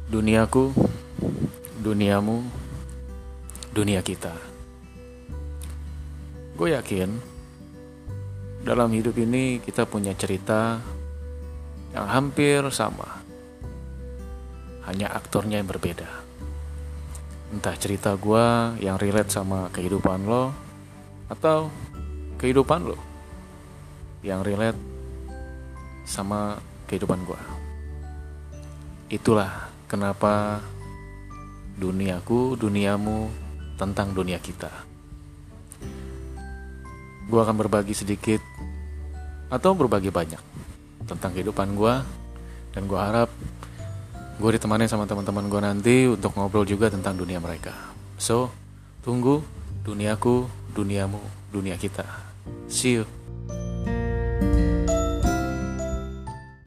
Duniaku, duniamu, dunia kita. Gue yakin dalam hidup ini kita punya cerita yang hampir sama, hanya aktornya yang berbeda. Entah cerita gue yang relate sama kehidupan lo, atau kehidupan lo yang relate sama kehidupan gue. Itulah kenapa duniaku, duniamu, tentang dunia kita. Gue akan berbagi sedikit atau berbagi banyak tentang kehidupan gue, dan gue harap gue ditemani sama teman-teman gue nanti untuk ngobrol juga tentang dunia mereka. So, tunggu duniaku, duniamu, dunia kita. See you.